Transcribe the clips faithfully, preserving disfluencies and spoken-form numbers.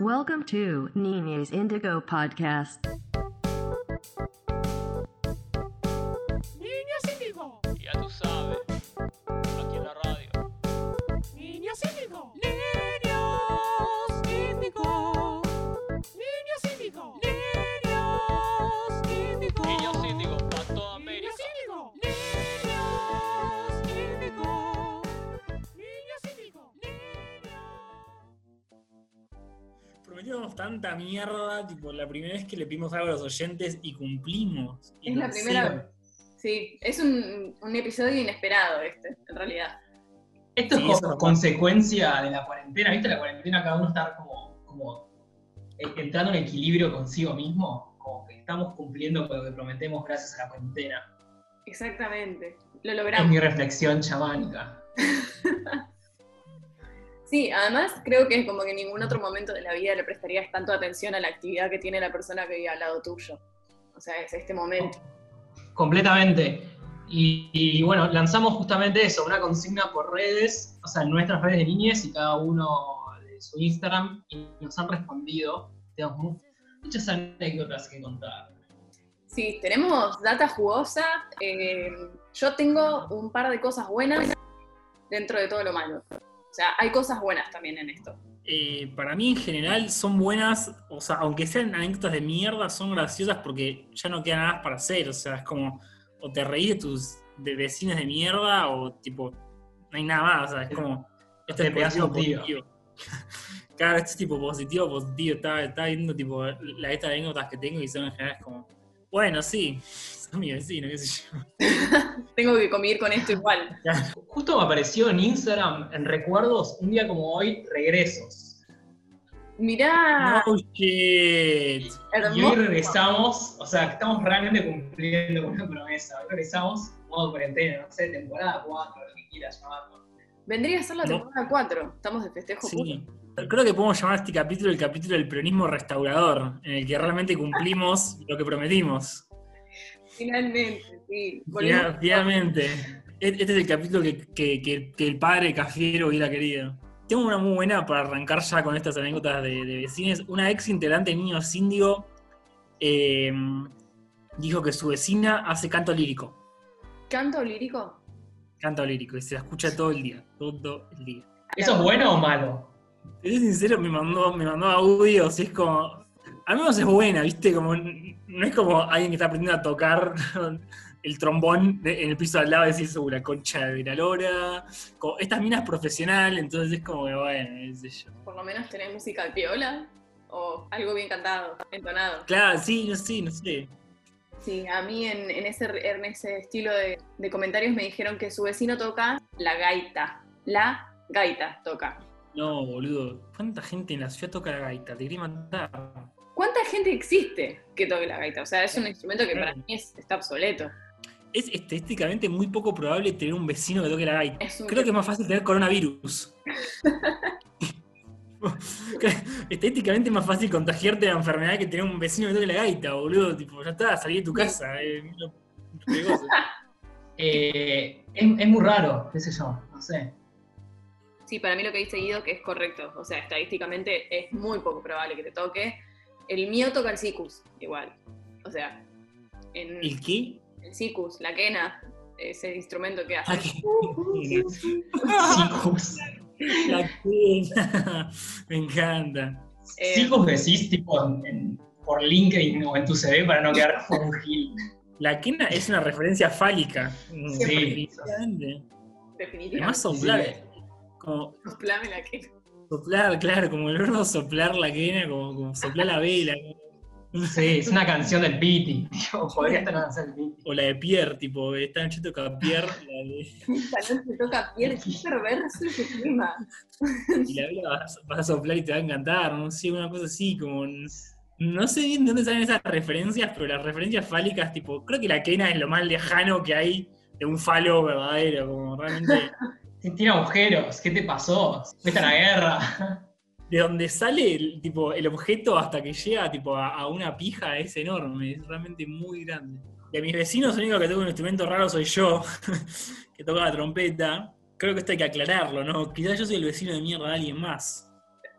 Welcome to Niñez Indigo Podcast. Niños Índigo. Ya tú sabes, aquí en la radio. Niños Índigo. Niños Índigo. Niños Índigo. Niños Índigo. Niños Índigos para toda América. Niños Índigo. Niños Índigo. Niños Índigo. Prometimos tanta mierda, tipo, la primera vez que le pedimos algo a los oyentes y cumplimos. Y Es la lo primera hicimos. vez. Sí, es un, un episodio inesperado este, en realidad. Esto Sí, es eso como es consecuencia de la cuarentena, ¿viste? La cuarentena, cada uno está como, como eh, entrando en equilibrio consigo mismo, como que estamos cumpliendo con lo que prometemos gracias a la cuarentena. Exactamente. Lo Es logramos. mi reflexión chamánica. Sí, además creo que es como que en ningún otro momento de la vida le prestarías tanto atención a la actividad que tiene la persona que vive al lado tuyo. O sea, es este momento. Completamente. Y, y bueno, lanzamos justamente eso, una consigna por redes, o sea, en nuestras redes de niñez y cada uno de su Instagram, y nos han respondido. Tenemos mu- muchas anécdotas que contar. Sí, tenemos data jugosa. eh, yo tengo un par de cosas buenas dentro de todo lo malo. O sea, hay cosas buenas también en esto. Eh, para mí en general son buenas, o sea, aunque sean anécdotas de mierda, son graciosas porque ya no queda nada más para hacer. O sea, es como, o te reís de tus de vecinos de mierda, o tipo, no hay nada más. O sea, es como, esto Te es pegas positivo, un tiro. positivo. Claro, esto es tipo positivo, positivo. Estaba, estaba viendo tipo la lista de anécdotas que tengo y son en general es como, bueno, sí, son mi vecino, qué sé yo. Tengo que convivir con esto igual. Justo me apareció en Instagram, en recuerdos, un día como hoy, regresos. Mirá, No shit. Y hoy hermoso. regresamos, o sea, estamos realmente cumpliendo con una promesa. Hoy regresamos, modo cuarentena, no sé, temporada cuatro, lo que quieras llamarlo. Vendría a ser la No. temporada cuatro. Estamos de festejo puro. Sí. Creo que podemos llamar a este capítulo el capítulo del peronismo restaurador, en el que realmente cumplimos lo que prometimos. Finalmente, sí. Volvimos. Fina- Finalmente. Este es el capítulo que, que- que- que el padre Cafiero hubiera querido. Tengo una muy buena para arrancar ya con estas anécdotas de, de vecinos. Una ex integrante de Niños Índigo eh, dijo que su vecina hace canto lírico. ¿Canto lírico? Canto lírico, y se la escucha todo el día. Todo el día. ¿Eso es bueno o malo? Te soy sincero, me mandó, me mandó audios y es como. Al menos es buena, ¿viste? Como, no es como alguien que está aprendiendo a tocar el trombón de- en el piso de al lado y decís, "Uh, la concha de la lora". Como, esta mina es profesional, entonces es como que, bueno, qué sé yo. Por lo menos tenés música al piola o algo bien cantado, entonado. Claro, sí, no sé, no sé. Sí, a mí en, en ese, en ese estilo de, de comentarios me dijeron que su vecino toca la gaita. La gaita toca. No, boludo. ¿Cuánta gente en la ciudad toca la gaita? Te quería matar. ¿Cuánta gente existe que toque la gaita? O sea, es un instrumento que para mí es- está obsoleto. Es estadísticamente muy poco probable tener un vecino que toque la gaita. Es un- Creo que es más fácil tener coronavirus. Estadísticamente es más fácil contagiarte de la enfermedad que tener un vecino que toque la gaita, boludo. Tipo, ya está, salí de tu casa. Eh, lo- riesgoso. Eh, es, es muy raro, qué sé yo, no sé. Sí, para mí lo que dice Guido que es correcto. O sea, estadísticamente es muy poco probable que te toque. El mío toca el sikus, igual. O sea, en ¿El qué? el sikus, la quena, ese instrumento que hace. Ah, ¿qué? Sicus. La quena. Me encanta. Eh, Sicus decís tipo en- en- por LinkedIn o en tu C V para no quedar como un gil. La quena es una referencia fálica. Sí. Definitivamente. definitivamente. Además soplar. Sí. Como Soplame la quena. soplar, claro, como el verbo soplar la quena, como, como soplar la vela. Sí, es una canción del Piti. Digo, podría estar en hacer el Piti. O la de Pierre, tipo, esta noche toca Pierre, la de, Esta noche toca piel, qué perverso ese clima. y la vela vas, vas a soplar y te va a encantar, no sé, una cosa así, como. No sé bien de dónde salen esas referencias, pero las referencias fálicas, tipo, creo que la quena es lo más lejano que hay de un falo verdadero, como realmente. Tiene agujeros, ¿qué te pasó? Fuiste a la guerra. De donde sale el, tipo, el objeto hasta que llega tipo, a, a una pija es enorme, es realmente muy grande. De mis vecinos, el único que toca un instrumento raro soy yo, que toca la trompeta. Creo que esto hay que aclararlo, ¿no? Quizás yo soy el vecino de mierda de alguien más.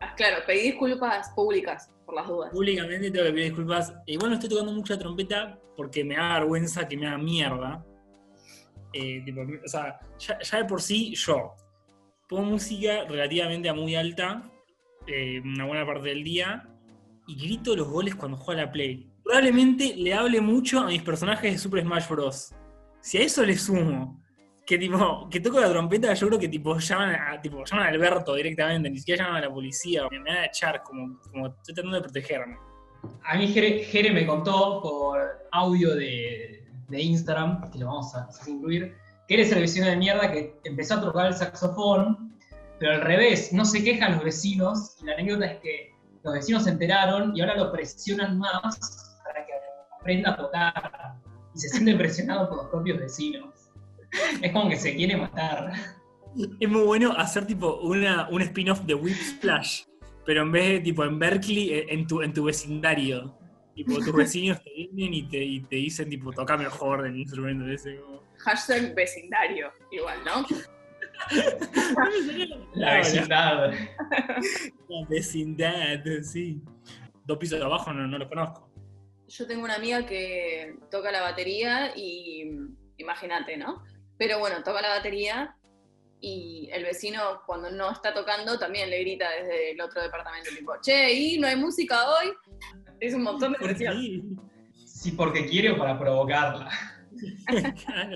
Ah, claro, pedí disculpas públicas por las dudas. Públicamente tengo que pedir disculpas. Igual no estoy tocando mucho la trompeta porque me da vergüenza que me haga mierda. Eh, tipo, o sea, ya, ya de por sí yo pongo música relativamente a muy alta eh, una buena parte del día y grito los goles cuando juego a la Play. Probablemente le hable mucho a mis personajes de Super Smash Bros. Si a eso le sumo que tipo que toco la trompeta, yo creo que tipo llaman a, tipo, llaman a Alberto directamente, ni siquiera llaman a la policía, me, me van a echar como, como estoy tratando de protegerme. A mí Jere, Jere me contó por audio de, de Instagram, que lo vamos a, a incluir, que eres el vecino de mierda que empezó a tocar el saxofón, pero al revés, no se quejan los vecinos, y la anécdota es que los vecinos se enteraron y ahora lo presionan más para que aprenda a tocar, y se siente presionado por los propios vecinos. Es como que se quiere matar. Es muy bueno hacer tipo una, un spin-off de Whip Splash, pero en vez de tipo en Berkeley, en tu, en tu vecindario. Tipo, tus vecinos te vienen y te, y te dicen tipo, toca mejor del instrumento ese. Como... Hashtag vecindario, igual, ¿no? La vecindad. La vecindad, sí. Dos pisos de abajo no, no los conozco. Yo tengo una amiga que toca la batería y imagínate, ¿no? Pero bueno, toca la batería y el vecino cuando no está tocando también le grita desde el otro departamento, tipo, che, ¿y no hay música hoy? Es un montón de ¿Por presión. qué? Sí, porque quiere o para provocarla. Claro.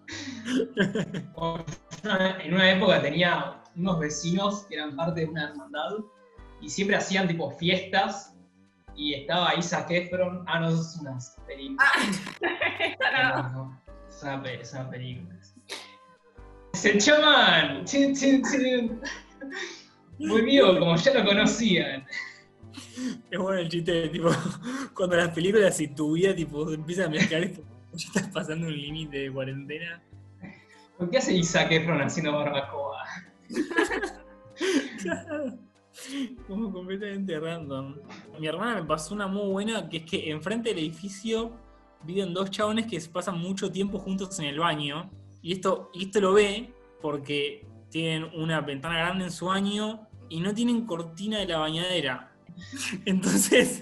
En una época tenía unos vecinos que eran parte de una hermandad y siempre hacían tipo fiestas y estaba Isaac Efron. Ah, no, eso es una película. Ah, No, no, es una, pe- es una película. ¡Se chaman! Chin, chin, chin. Muy vivo, como ya lo conocían. Es bueno el chiste de tipo, cuando las películas y tu vida tipo se empiezan a mezclar, es porque ya estás pasando un límite de cuarentena. ¿Por qué hace Isaac Efron haciendo barbacoa? Como completamente random. Mi hermana me pasó una muy buena, que es que enfrente del edificio viven dos chabones que se pasan mucho tiempo juntos en el baño. Y esto, y esto lo ve porque tienen una ventana grande en su baño y no tienen cortina de la bañadera. Entonces,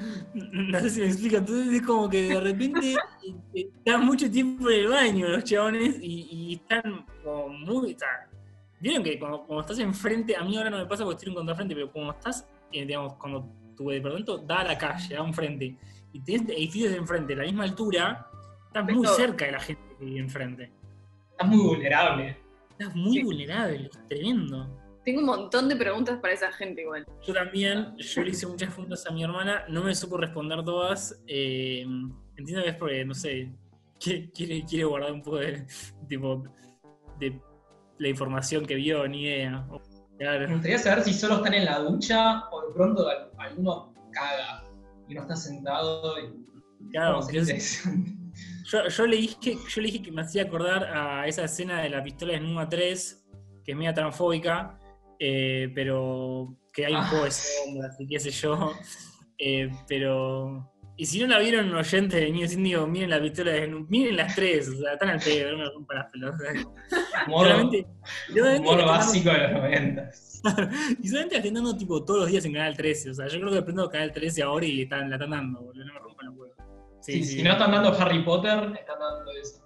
no sé si me explico, entonces es como que de repente están mucho tiempo en el baño los chabones y, y están como muy... O sea, vieron que cuando, cuando estás enfrente, a mí ahora no me pasa porque estoy en contrafrente, pero cuando estás, eh, digamos, cuando tu departamento da a la calle, da enfrente, y tienes edificios enfrente a la misma altura, estás muy Pero- cerca de la gente que vive enfrente. Estás muy vulnerable. Estás muy Sí. vulnerable, es tremendo. tengo un montón de preguntas para esa gente igual. Yo también, yo le hice muchas preguntas a mi hermana, no me supo responder todas. eh, entiendo que es porque, no sé, quiere, quiere, quiere guardar un poco de, tipo, de la información que vio, ni idea. O- Me Claro, gustaría saber si solo están en la ducha o de pronto al- alguno caga y no está sentado. Y... claro. ¿Cómo sería Yo, interesante? yo, yo le dije, yo le dije que me hacía acordar a esa escena de la pistola desnuda tres, que es media transfóbica, eh, pero que hay un Ah. poco de sombras y qué sé yo. Eh, pero. Y si no la vieron un oyente de Niños Índigo, miren la pistola desnuda, miren las tres, o sea, están al pedo, no me rompan las pelotas. Humor, Solamente- solamente humor la estoy básico de los noventas. dando- y solamente la estoy dando tipo todos los días en Canal trece. O sea, yo creo que prendo Canal trece ahora y están, la están dando, boludo, no me rompan los huevos. Sí, Sí, sí. Si no están dando Harry Potter, están dando eso.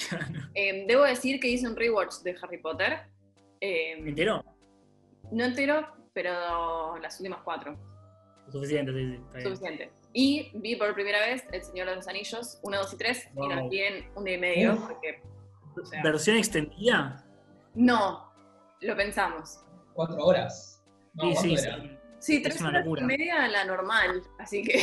Eh, debo decir que hice un rewatch de Harry Potter. Eh, ¿Me enteró? no entero, pero las últimas cuatro. Suficiente, sí, sí. Está bien. Suficiente. Y vi por primera vez El Señor de los Anillos, uno, dos y tres, Wow. y las vi en un día y medio, Uf. porque, o sea, ¿Versión extendida? no, lo pensamos. Cuatro horas. No, Sí, ¿cuánto sí, era? sí. Sí, Es tres una horas locura. y media la normal, así que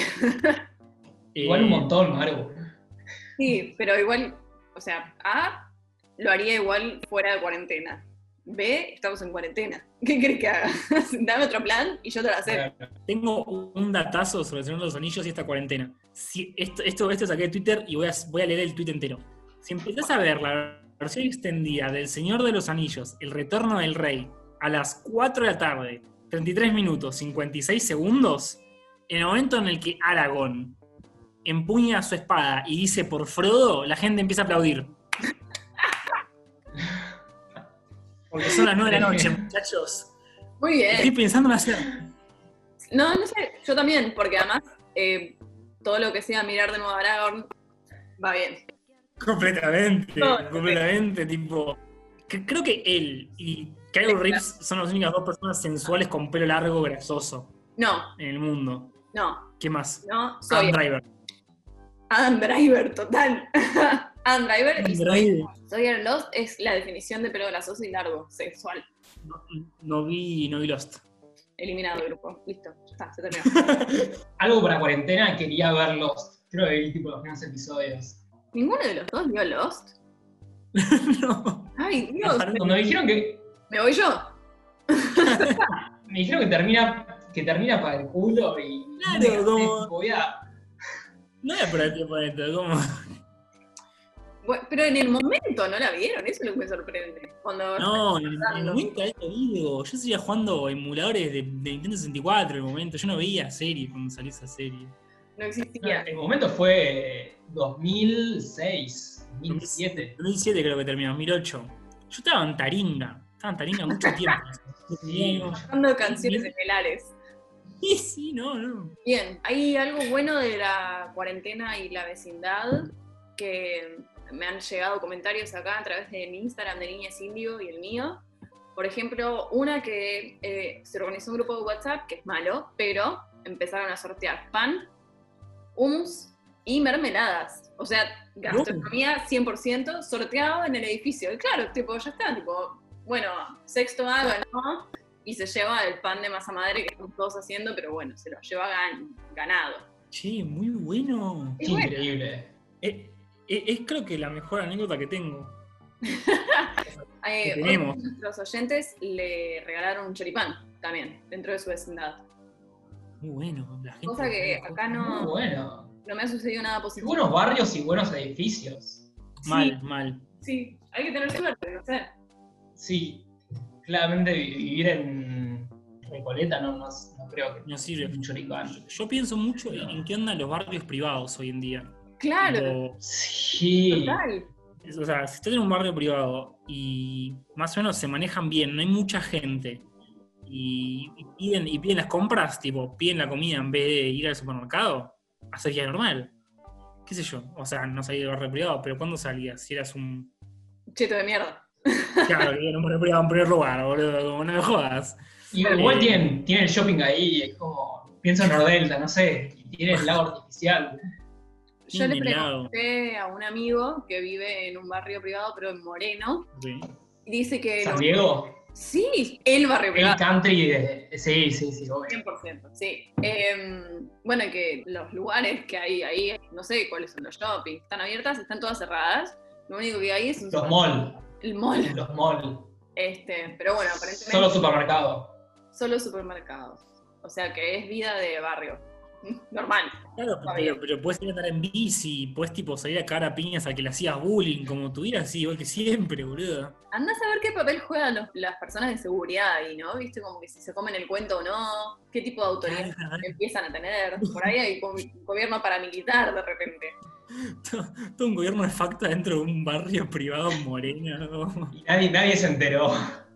Igual un Eh, montón, Maru. sí, pero igual, o sea, A, lo haría igual fuera de cuarentena. B, estamos en cuarentena. ¿Qué crees que haga? Dame otro plan y yo te lo acepto. Tengo un datazo sobre el Señor de los Anillos y esta cuarentena. Si, esto, esto, esto saqué de Twitter y voy a, voy a leer el tweet entero. Si empezás a ver la versión extendida del Señor de los Anillos, El Retorno del Rey, a las cuatro de la tarde, treinta y tres minutos, cincuenta y seis segundos, en el momento en el que Aragorn empuña su espada y dice por Frodo, la gente empieza a aplaudir. Porque son las nueve de la noche, muchachos. Muy Estoy bien. pensando en hacer. No, no sé, yo también, porque además eh, todo lo que sea mirar de nuevo a Aragorn va bien. Completamente, No, completamente, tipo. que- creo que él y Keanu Reeves son las únicas dos personas sensuales con pelo largo grasoso No, en el mundo. no, ¿Qué más? no, soy Adam Driver. Adam Driver, total. Adam Driver Adam y Driver. Sawyer Lost es la definición de pelo grasoso y largo, sexual. No, no vi, no vi Lost. Eliminado del grupo. Listo, ya está, se terminó. Algo para cuarentena, quería verlos. Creo que vi tipo los primeros episodios. ¿Ninguno de los dos vio Lost? No. Ay, Dios, Ojalá. Cuando me dijeron que. ¿me voy yo? Me dijeron que termina, que termina para el culo y. Claro, me quedé, como- tipo, voy a- No era para el tiempo esto, como. Bueno, pero en el momento no la vieron, eso es lo que me sorprende. Cuando No, en el, en el Dando. momento de este video, yo seguía jugando emuladores de, de Nintendo sesenta y cuatro en el momento. Yo no veía serie cuando salió esa serie. no existía. El momento fue dos mil seis, dos mil siete. dos mil siete creo que terminó, dos mil ocho. Yo estaba en Taringa, estaba en Taringa mucho tiempo. Sí, Cantando canciones estelares. Sí, sí, no, no. Bien, hay algo bueno de la cuarentena y la vecindad que me han llegado comentarios acá a través de mi Instagram de Niñas Indio y el mío. Por ejemplo, una que eh, se organizó un grupo de WhatsApp, que es malo, pero empezaron a sortear pan, hummus y mermeladas. O sea, gastronomía cien por ciento sorteado en el edificio. Y claro, tipo, ya está, tipo, bueno, sexto A ganó y se lleva el pan de masa madre que estamos todos haciendo, pero bueno, se lo lleva gan- ganado. Che, muy bueno. Es Qué bueno. increíble. Es, es- es creo que la mejor anécdota que tengo. Eh, Que hoy tenemos. nuestros oyentes le regalaron un choripán también, dentro de su vecindad. Muy bueno. La gente Cosa que acá Muy no, bueno. no me ha sucedido nada Qué positivo. buenos barrios y buenos edificios. Mal, mal. Sí, hay que tener suerte, no sé. Sí, claramente vi- vivir en Recoleta no, no, no creo que No sirve. un choripán. Yo pienso mucho en, en qué onda los barrios privados hoy en día. Claro, Tipo, Sí. total. o sea, si estás en un barrio privado y más o menos se manejan bien, no hay mucha gente y, y piden, y piden las compras, tipo, piden la comida en vez de ir al supermercado, sería normal. ¿Qué sé yo? O sea, no salí del barrio privado, pero ¿cuándo salías? Si eras un. Cheto de mierda. Claro, que era un barrio privado en primer lugar, boludo, como no me jodas. Y igual Eh, tienen, tienen el shopping ahí, es como, pienso en Nordelta, no sé, y tienen el lago artificial. Yo le Tiene helado. pregunté a un amigo que vive en un barrio privado, pero en Moreno, Sí. y dice que... San lo- Diego, Sí, el barrio el privado. country, de- sí, sí, sí, obvio. cien por ciento, sí. Eh, bueno, que los lugares que hay ahí, no sé cuáles son los shoppings, están abiertas, están todas cerradas. Lo único que hay es un Los malls, el mall. los malls, Este, pero bueno, aparentemente solo supermercados. solo supermercados. O sea que es vida de barrio. Normal. Claro, Está pero, bien. pero puedes ir a andar en bici, puedes tipo salir a cagar a piñas a que le hacías bullying, como tuvieras así, igual que siempre, boludo. Anda a saber qué papel juegan los- las personas de seguridad ahí, ¿no? ¿Viste? Como que si se comen el cuento o no, qué tipo de autoridad empiezan a tener. Por ahí hay un gobierno paramilitar de repente. Todo, todo un gobierno de facto dentro de un barrio privado moreno. Y nadie, nadie se enteró.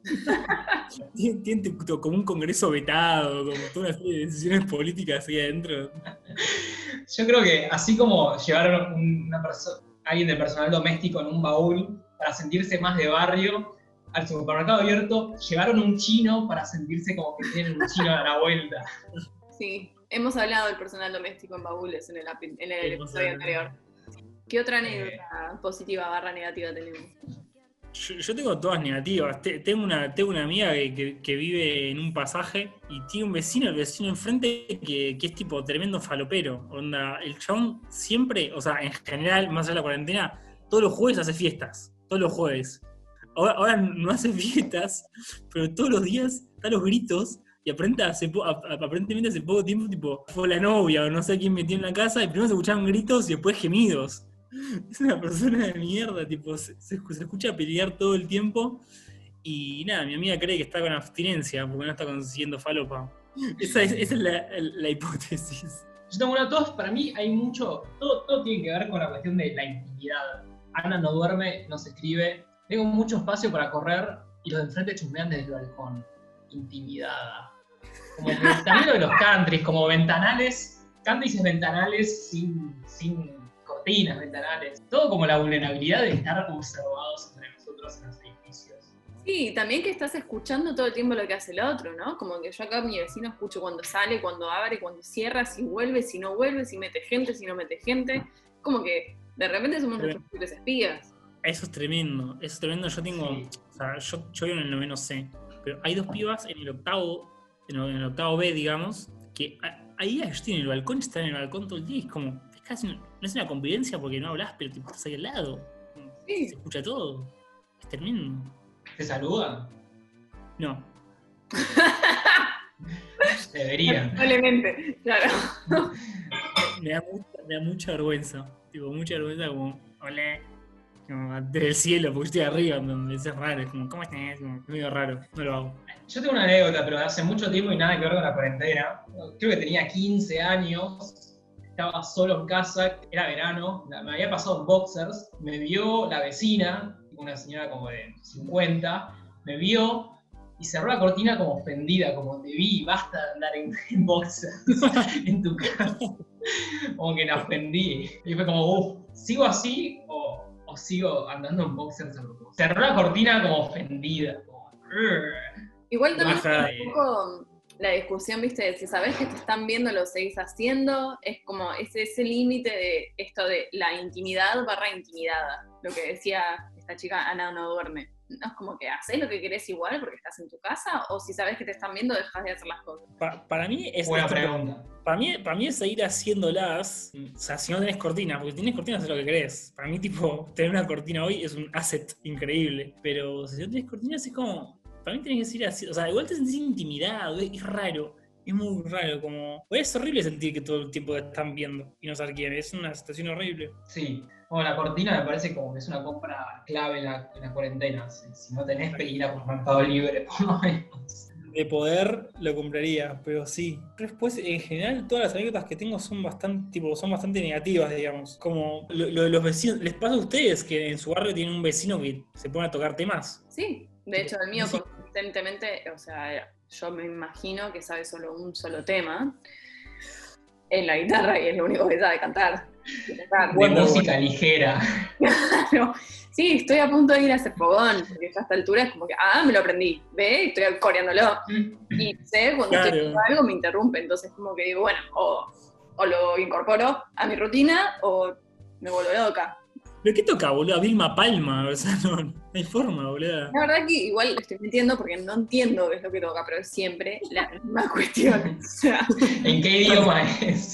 Tiene, tiene tu- como un congreso vetado, como toda una serie de decisiones políticas ahí adentro. Yo creo que así como llevaron un- una perso- alguien del personal doméstico en un baúl para sentirse más de barrio, al supermercado abierto llevaron un chino para sentirse como que tienen un chino a la vuelta. Sí, hemos hablado del personal doméstico en baúles en el, api- en el Hemos episodio hablado. anterior. ¿Qué otra anécdota positiva barra negativa tenemos? Yo, yo tengo todas negativas. Te- tengo, una, tengo una amiga que, que- que vive en un pasaje y tiene un vecino, el vecino enfrente, que, que es tipo tremendo falopero. Onda, el chabón siempre, o sea, en general, más allá de la cuarentena, todos los jueves hace fiestas. Todos los jueves. Ahora, ahora no hace fiestas, pero todos los días da los gritos y aparenta hace po- ap- ap- aparentemente hace poco tiempo, tipo, fue la novia o no sé quién metió en la casa y primero se escuchaban gritos y después gemidos. Es una persona de mierda, tipo, se, se escu- se escucha pelear todo el tiempo y nada, mi amiga cree que está con abstinencia porque no está consiguiendo falopa. Esa es, esa es la, la hipótesis. Yo tengo una tos, para mí hay mucho, todo, todo tiene que ver con la cuestión de la intimidad. Ana no duerme, no se escribe, tengo mucho espacio para correr y los de enfrente chusmean desde el balcón. Intimidada. Como que también lo de los countries, como ventanales, countries ventanales sin, sin cortinas, ventanales. Todo como la vulnerabilidad de estar observados entre nosotros en los edificios. Sí, también que estás escuchando todo el tiempo lo que hace el otro, ¿no? Como que yo acá mi vecino escucho cuando sale, cuando abre, cuando cierra, si vuelve, si no vuelve, si mete gente, si no mete gente. Como que de repente somos nuestros propios espías. Eso es tremendo, eso es tremendo. Yo tengo, Sí. o sea, yo, yo vivo en el noveno C, pero hay dos pibas en el octavo, en el, en el octavo B, digamos, que a- ahí ellos tienen el balcón y están en el balcón todo el día y es como, es casi, no es una convivencia porque no hablas, pero tipo, estás ahí al lado. Sí. Se escucha todo. Es tremendo. ¿Se saludan? No. Deberían. Probablemente, claro. Me da mucha, me da mucha vergüenza. Tipo, mucha vergüenza como, hola. Como desde el cielo, porque estoy arriba, donde es raro. Es como, ¿cómo estás? Como, es medio raro, no lo hago. Yo tengo una anécdota, pero de hace mucho tiempo y nada que ver con la cuarentena. Creo que tenía quince años, estaba solo en casa, era verano, la- me había pasado en boxers, me vio la vecina, una señora como de cincuenta, me vio y cerró la cortina como ofendida, como te vi, basta de andar en, en boxers en tu casa. Como que la ofendí. Y fue como, uff, ¿sigo así o, o sigo andando en boxers? Cerró la cortina como ofendida. Como, "Urgh". Igual también Baja, es un poco la discusión, viste, de si sabés que te están viendo, lo seguís haciendo. Es como ese, ese límite de esto de la intimidad barra intimidada. Lo que decía esta chica, Ana no duerme. No es como que haces lo que querés igual porque estás en tu casa, o si sabés que te están viendo, dejas de hacer las cosas. Pa- para mí es Buena esto, pregunta. Para mí, para mí es seguir haciéndolas, o sea, si no tenés cortinas, porque si tenés cortinas es lo que querés. Para mí, tipo, tener una cortina hoy es un asset increíble. Pero si no tenés cortinas es como, para mí tenés que seguir así, o sea, igual te sentís intimidado, es, es raro. Es muy raro, como, es horrible sentir que todo el tiempo te están viendo y no saber quién, es una situación horrible. Sí. Bueno, la cortina me parece como que es una compra clave en la, en la cuarentena. Si, si no tenés que ir a por Mercado Libre, por lo menos. De poder lo compraría, pero sí. Después, en general, todas las anécdotas que tengo son bastante, tipo, son bastante negativas, digamos. Como lo, lo de los vecinos. ¿Les pasa a ustedes que en su barrio tienen un vecino que se pone a tocar temas? Sí, de hecho, el mío Sí. consistentemente, o sea, yo me imagino que sabe solo un solo tema en la guitarra y es lo único que sabe cantar. Tocar. De Bueno, música ligera. Claro. Sí, estoy a punto de ir a hacer fogón, porque ya a esta altura es como que, ah, me lo aprendí, ve, estoy coreándolo. Y sé, cuando Claro. estoy haciendo algo me interrumpe, entonces como que digo, bueno, o, o lo incorporo a mi rutina o me vuelvo loca. ¿Pero qué toca, boludo? Vilma Palma, o sea, no, no hay forma, boludo. La verdad que igual estoy mintiendo porque no entiendo qué es lo que toca, pero es siempre la misma cuestión. O sea, ¿En qué idioma es?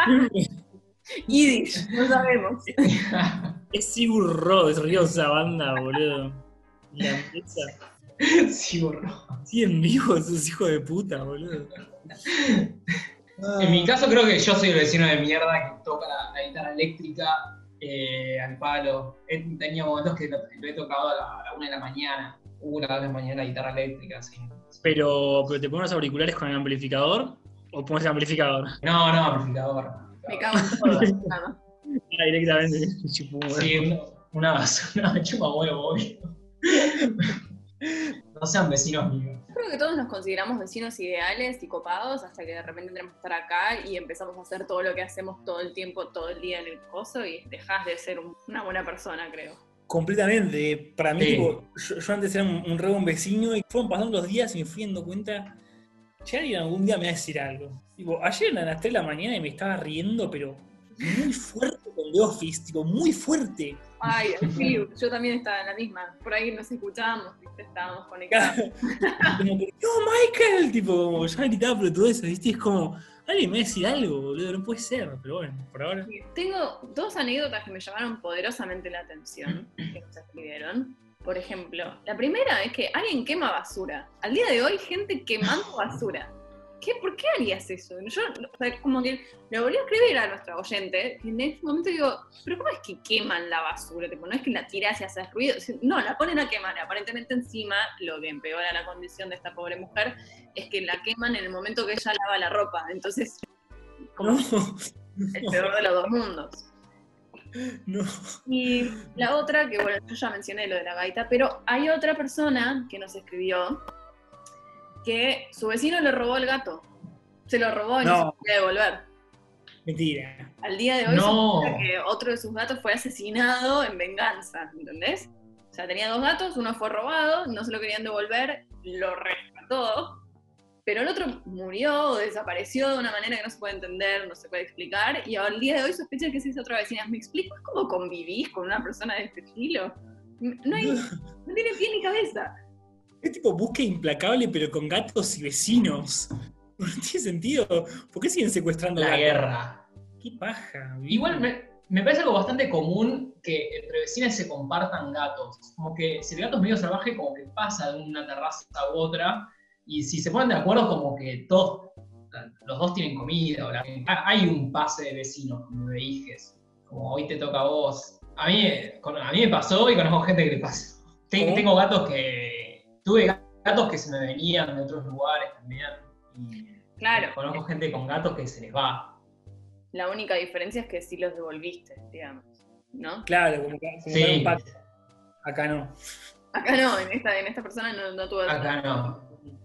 Yiddish, no sabemos. Es Sigur Rós, es río esa banda, boludo. La empresa. Sí, burro. Sí, en vivo, esos hijos de puta, boludo. En mi caso creo que yo soy el vecino de mierda que toca la, la guitarra eléctrica eh, al palo. He tenido momentos que lo, lo he tocado a la, a la una de la mañana. Una vez de la mañana la guitarra eléctrica, sí. Pero, pero ¿te pones los auriculares con el amplificador? ¿O pones el amplificador? No, no, amplificador. Me cago en todo. nada más. Ah, directamente. Chupu, huevo. Sí, una- una basura, me chupa huevo, obvio. No sean vecinos míos. Yo creo que todos nos consideramos vecinos ideales y copados hasta que de repente tenemos que estar acá y empezamos a hacer todo lo que hacemos todo el tiempo, todo el día en el coso y dejás de ser un- una buena persona, creo. Completamente. Para mí, Sí. tipo, yo, yo antes era un, un re buen vecino y fueron pasando los días y me fui dando cuenta que alguien algún día me va a decir algo. Tipo, ayer eran las tres de la mañana y me estaba riendo, pero muy fuerte con The Office, tipo, muy fuerte. Ay, sí, yo también estaba en la misma. Por ahí nos escuchábamos, ¿viste? Estábamos conectados. Como que, ¡no, Michael! Tipo, como ya gritaba pero todo eso, ¿viste? Es como, alguien me va a decir algo, boludo, no puede ser, pero bueno, por ahora. Tengo dos anécdotas que me llamaron poderosamente la atención, que nos escribieron. Por ejemplo, la primera es que alguien quema basura. Al día de hoy, gente quemando basura. ¿Qué? ¿Por qué harías eso? Yo, o sea, como que le volví a escribir a nuestra oyente, que en ese momento digo, ¿pero cómo es que queman la basura? Tipo, no es que la tiras y haces ruido. No, la ponen a quemar. Aparentemente encima, lo que empeora la condición de esta pobre mujer, es que la queman en el momento que ella lava la ropa. Entonces, como No, el peor de los dos mundos. no. Y la otra, que bueno, yo ya mencioné lo de la gaita, pero hay otra persona que nos escribió que su vecino le robó el gato. Se lo robó y No. no se lo podía devolver. Mentira. Al día de hoy No. se cuenta que otro de sus gatos fue asesinado en venganza, ¿entendés? O sea, tenía dos gatos, uno fue robado, no se lo querían devolver, lo rescató, pero el otro murió o desapareció de una manera que no se puede entender, no se puede explicar, y al día de hoy sospecha que es esa otra vecina. ¿Me explico cómo convivís con una persona de este estilo? No, hay, no tiene pie ni cabeza. Es tipo búsqueda implacable, pero con gatos y vecinos. No tiene sentido. ¿Por qué siguen secuestrando La gatos? guerra. Qué paja. Igual me, me parece algo bastante común que entre vecinas se compartan gatos. Como que si el gato es medio salvaje, como que pasa de una terraza u otra. Y si se ponen de acuerdo, como que todos, los dos tienen comida. O la, hay un pase de vecinos, como de hijes. Como hoy te toca a vos. A mí, con- a mí me pasó y conozco gente que le pasa. Ten- ¿Cómo? Tengo gatos que... Tuve gatos que se me venían de otros lugares también. Y Claro, conozco gente con gatos que se les va. la única diferencia es que sí los devolviste, digamos, ¿no? Claro, como que como Sí. que un pacto. Acá no. Acá no, en esta, en esta persona no, no tuve... Acá no.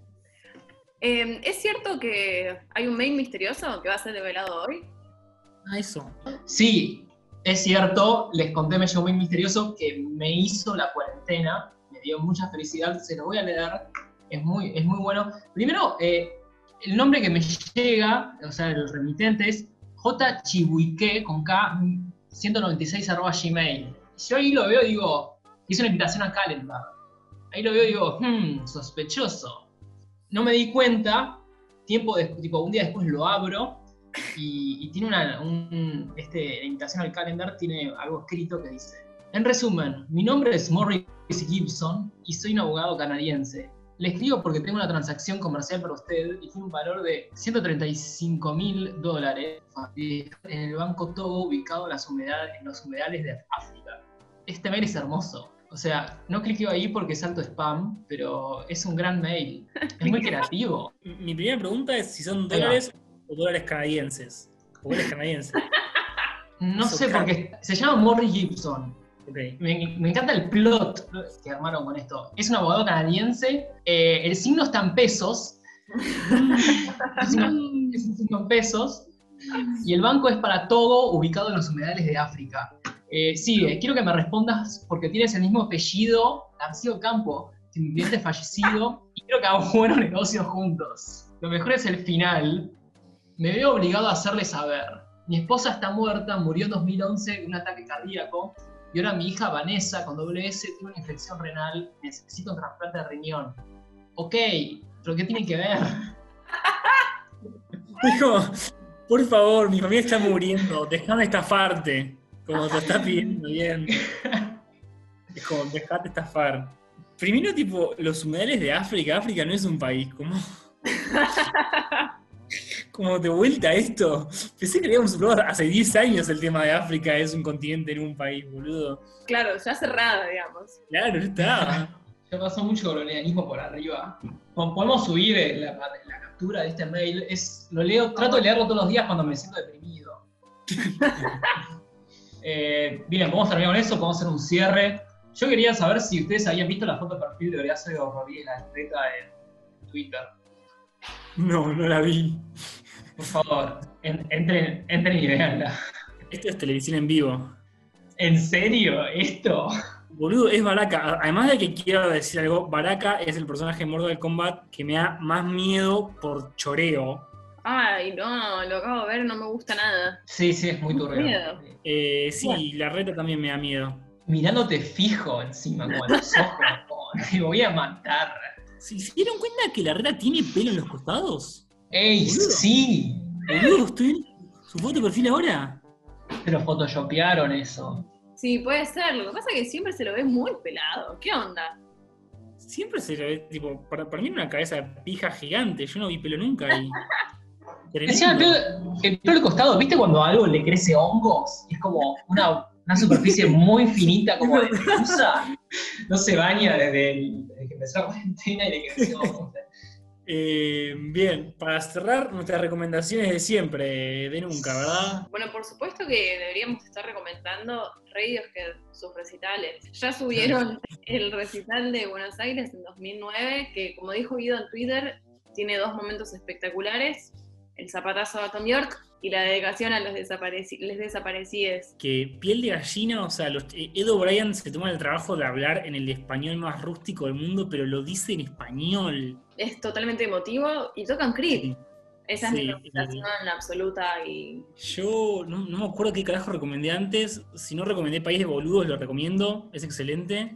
Eh, ¿Es cierto que hay un mail misterioso que va a ser develado hoy? Ah, eso. Sí, es cierto, les conté, me llegó un mail misterioso que me hizo la cuarentena, me dio mucha felicidad, se lo voy a leer, es muy, es muy bueno. Primero, eh, el nombre que me llega, o sea, el remitente es J. Chibuike, con K, ciento noventa y seis arroba gmail. Yo ahí lo veo y digo, hice una invitación a Calendar. Ahí lo veo y digo, hmm, sospechoso. No me di cuenta, tiempo después, tipo, un día después lo abro y, y tiene una un, este, la invitación al calendar, tiene algo escrito que dice: en resumen, mi nombre es Morris Gibson y soy un abogado canadiense. Le escribo porque tengo una transacción comercial para usted y tiene un valor de ciento treinta y cinco mil dólares en el banco Togo, ubicado en, las humedades, en los humedales de África. Este mail es hermoso. O sea, no cliqueo ahí porque es alto spam, pero es un gran mail. Es muy creativo. Mi primera pregunta es si son Ahí va. dólares o dólares canadienses. O dólares canadienses. No Eso sé, cambia. porque se llama Morris Gibson. Ok. Me, me encanta el plot que armaron con esto. Es un abogado canadiense, eh, el signo está en pesos. es, una- es un signo en pesos. Y el banco es para Togo, ubicado en los humedales de África. Eh, sigue, quiero que me respondas porque tienes el mismo apellido, García Campo, que mi cliente fallecido, y quiero que hagamos buenos negocios juntos. Lo mejor es el final. Me veo obligado a hacerle saber. Mi esposa está muerta, murió en dos mil once de un ataque cardíaco, y ahora mi hija Vanessa, con doble S, tiene una infección renal, necesita un trasplante de riñón. Ok, pero ¿qué tiene que ver? Dijo, por favor, mi familia está muriendo, déjame estafarte. Como te está pidiendo bien. Es como, dejate estafar. Primero, tipo, los humedales de África. África no es un país, ¿cómo? Como de vuelta a esto. Pensé que habíamos hablado hace diez años el tema de África es un continente en un país, boludo. Claro, ya cerrada, digamos. Claro, no está. Ya pasó mucho colonialismo por arriba. Po- Podemos subir eh, la, la captura de este mail. Es, lo leo, trato de leerlo todos los días cuando me siento deprimido. Eh, bien, podemos terminar con eso, podemos hacer un cierre. Yo quería saber si ustedes habían visto la foto de perfil de Horacio Rodríguez Larreta en Twitter. No, no la vi. Por favor, en- entren, entren y veanla. Esto es televisión en vivo. ¿En serio? ¿Esto? Boludo, es Baraka. Además de que quiero decir algo, Baraka es el personaje de Mortal Kombat que me da más miedo por choreo. Ay, no, lo acabo de ver, no me gusta nada. Sí, sí, es muy turbio. Miedo. Eh, sí, la reta también me da miedo. Mirándote fijo encima con los ojos, como, te voy a matar. ¿Se se dieron cuenta que la reta tiene pelo en los costados? ¡Ey, Boludo. sí! Boludo, estoy viendo su foto de perfil ahora. Pero photoshopearon eso. Sí, puede ser. Lo que pasa es que siempre se lo ve muy pelado. ¿Qué onda? Siempre se le ve, tipo, para, para mí era una cabeza de pija gigante. Yo no vi pelo nunca ahí. Encima, el pelo, el pelo al costado, ¿viste cuando a algo le crece hongos? Es como una, una superficie muy finita, como de medusa. No se baña desde, el- desde que empezó la cuarentena y le creció hongos. Eh, bien, para cerrar nuestras recomendaciones de siempre, de nunca, ¿verdad? Bueno, por supuesto que deberíamos estar recomendando Radiohead, sus recitales. Ya subieron el recital de Buenos Aires en dos mil nueve, que como dijo Guido en Twitter, tiene dos momentos espectaculares. el zapatazo a Tom York y la dedicación a los desapareci les desaparecidos. Que piel de gallina, o sea, los, eh, Ed O'Brien se toma el trabajo de hablar en el español más rústico del mundo, pero lo dice en español. Es totalmente emotivo y tocan Creed. Sí. Esa es Sí, mi recomendación absoluta y Yo no, no me acuerdo qué carajo recomendé antes. Si no recomendé País de Boludos, lo recomiendo. Es excelente.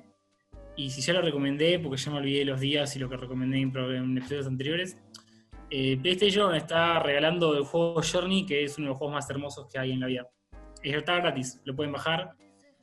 Y si ya lo recomendé, porque ya me olvidé de los días y lo que recomendé en, pro- en episodios anteriores, eh, PlayStation está regalando el juego Journey, que es uno de los juegos más hermosos que hay en la vida. Eh, Está gratis, lo pueden bajar.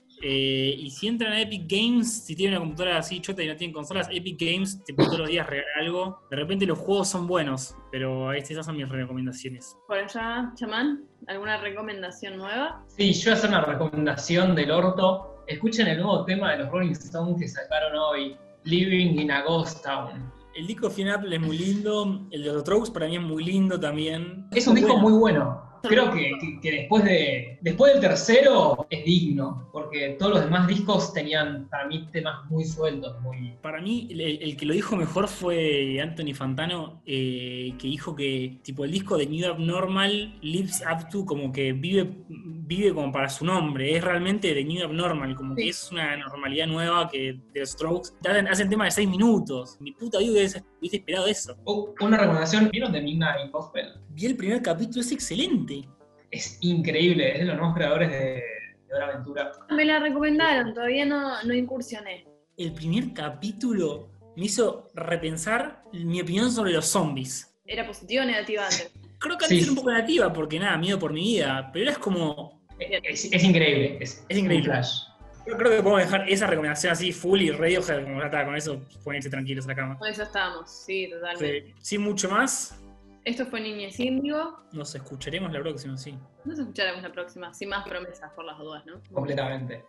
Eh, y si entran a Epic Games, si tienen una computadora así chota y no tienen consolas, Epic Games te puede todos los días regalar algo. De repente los juegos son buenos, pero esas son mis recomendaciones. por allá, chamán, ¿alguna recomendación nueva? Sí, yo voy a hacer una recomendación del orto. Escuchen el nuevo tema de los Rolling Stones que sacaron hoy, Living in a Ghost Town. El disco final es muy lindo, el de los Strokes para mí es muy lindo también. Es un disco Bueno, muy bueno. Creo que, que- que después, de, después del tercero es digno, porque todos los demás discos tenían para mí temas muy sueltos, muy... Para mí, el, el que lo dijo mejor fue Anthony Fantano, eh, que dijo que tipo el disco de New Abnormal lives up to, como que vive, vive como para su nombre, es realmente de New Abnormal, como que Sí. es una normalidad nueva que de los Strokes hacen, hacen temas de seis minutos. Mi puta vida hubiese, hubiese esperado eso. Oh, una recomendación, ¿vieron The Midnight Gospel? Vi el primer capítulo, es excelente. Es increíble, es de los nuevos creadores de, de Hora Aventura. Me la recomendaron, todavía no, no incursioné. El primer capítulo me hizo repensar mi opinión sobre los zombies. ¿Era positivo o negativa antes? Creo que antes Sí. era un poco negativa, porque nada, miedo por mi vida, pero era como... Es, es increíble, es, Es increíble. un flash. Yo creo que podemos dejar esa recomendación así, full y Radiohead, como ya está, con eso ponerse tranquilos a la cama. Con eso estamos, sí, totalmente. Sí, sin mucho más, Esto fue Niñez Índigo. nos escucharemos la próxima, sí. Nos escucharemos la próxima, sin más promesas por las dudas, ¿no? Completamente.